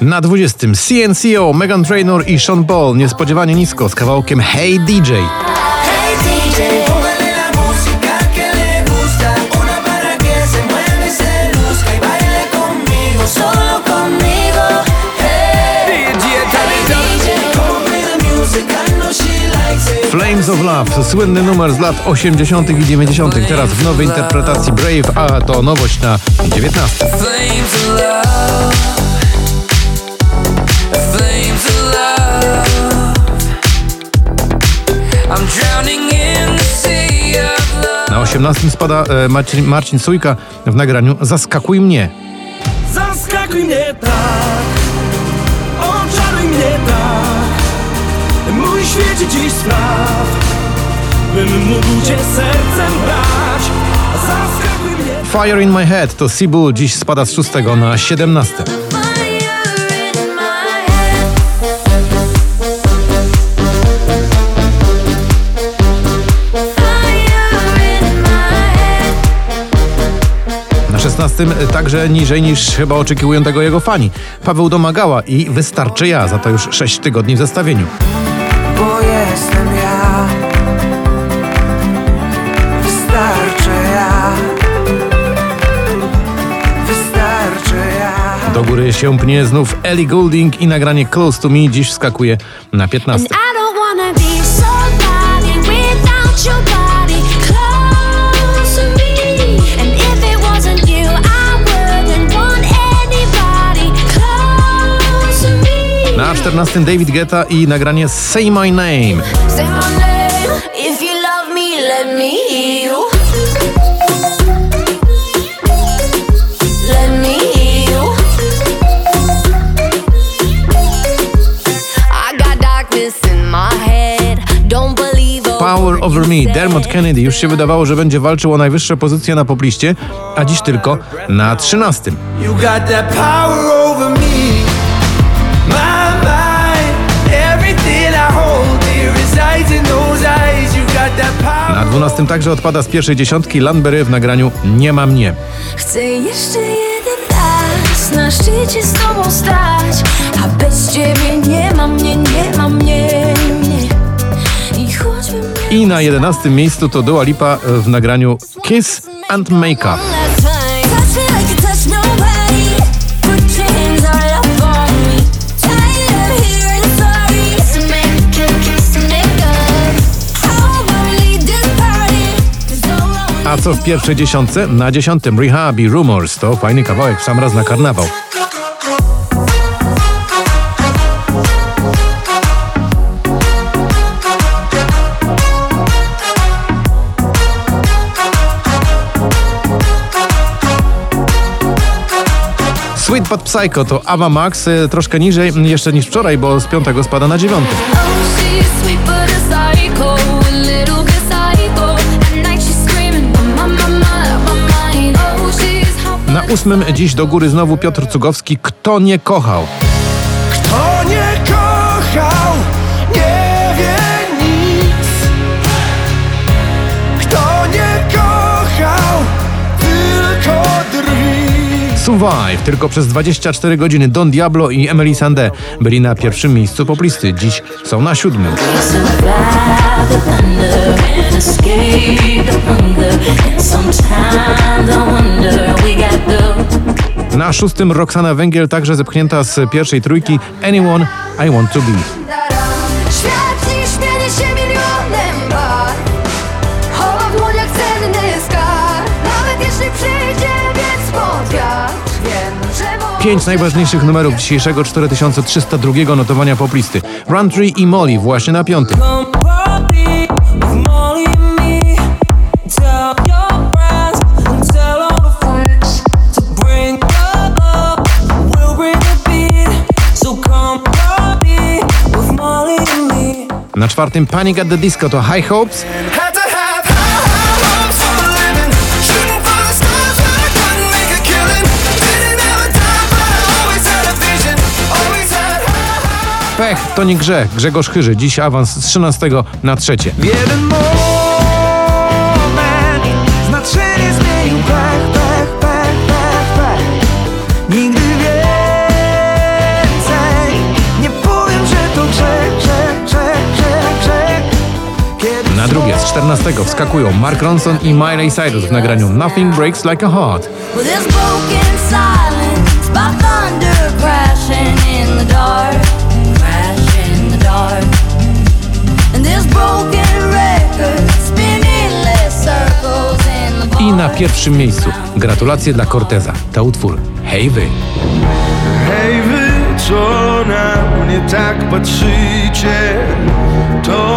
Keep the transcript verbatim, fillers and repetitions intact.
Na dwudziestym C N C O, Meghan Trainor i Sean Paul niespodziewanie nisko z kawałkiem Hey D J. Flames of Love, słynny numer z lat osiemdziesiątych i dziewięćdziesiątych. Teraz w nowej interpretacji Brave, a to nowość na dziewiętnastym. Na osiemnastym spada e, Marcin, Marcin Sujka w nagraniu Zaskakuj mnie. Zaskakuj mnie tak, oczaruj mnie tak, mój świecie dziś spraw, bym mógł cię sercem brać. Zaskakuj mnie. Fire in my head to Sibu, dziś spada z szóstego na siedemnaste. Na szesnastym także niżej niż chyba oczekują tego jego fani. Paweł Domagała i Wystarczy ja, za to już sześć tygodni w zestawieniu. Bo jestem ja, wystarczy ja, wystarczy ja. Do góry się pnie znów Ellie Goulding i nagranie Close to Me dziś wskakuje na piętnaste. Na czternastym David Guetta i nagranie Say My Name. Power Over Me, Dermot Kennedy. Już się wydawało, że będzie walczył o najwyższe pozycje na popliście, a dziś tylko na trzynastym. You got that power over me. Na dwunastym także odpada z pierwszej dziesiątki Landberry w nagraniu Nie ma mnie. Chcę jeszcze jeden raz na szczycie z tobą stać, a bez ciebie nie ma mnie, nie ma mnie, nie. I choćbym nie... I na jedenastym miejscu to Dua Lipa w nagraniu Kiss and Make Up. A co w pierwszej dziesiątce? Na dziesiątym Rehab i Rumors. To fajny kawałek w sam raz na karnawał. Sweet But Psycho to Ava Max, troszkę niżej jeszcze niż wczoraj, bo z piątego spada na dziewiąty. Na ósmym dziś do góry znowu Piotr Cugowski, Kto nie kochał. Kto nie kochał, nie wie nic. Kto nie kochał, tylko drwi. Survive, tylko przez dwadzieścia cztery godziny. Don Diablo i Emily Sandé byli na pierwszym miejscu poplisty. Dziś są na siódmym. Na szóstym Roxana Węgiel, także zepchnięta z pierwszej trójki, Anyone I Want to Be. Świat dziś śmienie się milionem bar, chowa w dłoniach cenny skarb. Nawet jeśli przyjdzie wiec pod wiatr, wiem, że może... Pięć najważniejszych numerów dzisiejszego cztery tysiące trzysta drugiego notowania poplisty. Run i Molly właśnie na piątym. Na czwartym Panic at the Disco to High Hopes. Pech to nie grzech. Grzegorz Chyży. Dziś awans z trzynastego na trzecie. Jeden moment znaczenie zmienił. Pech, pech, pech, pech, pech. Nigdy Na drugie z czternastego wskakują Mark Ronson i Miley Cyrus w nagraniu Nothing Breaks Like a Heart. Well, there's broken silence by thunder crashing in the dark, crash in the dark. And there's broken records spinning less circles in the bar. I na pierwszym miejscu gratulacje dla Corteza. To utwór Hej wy. Hej wy, co na mnie tak patrzycie, to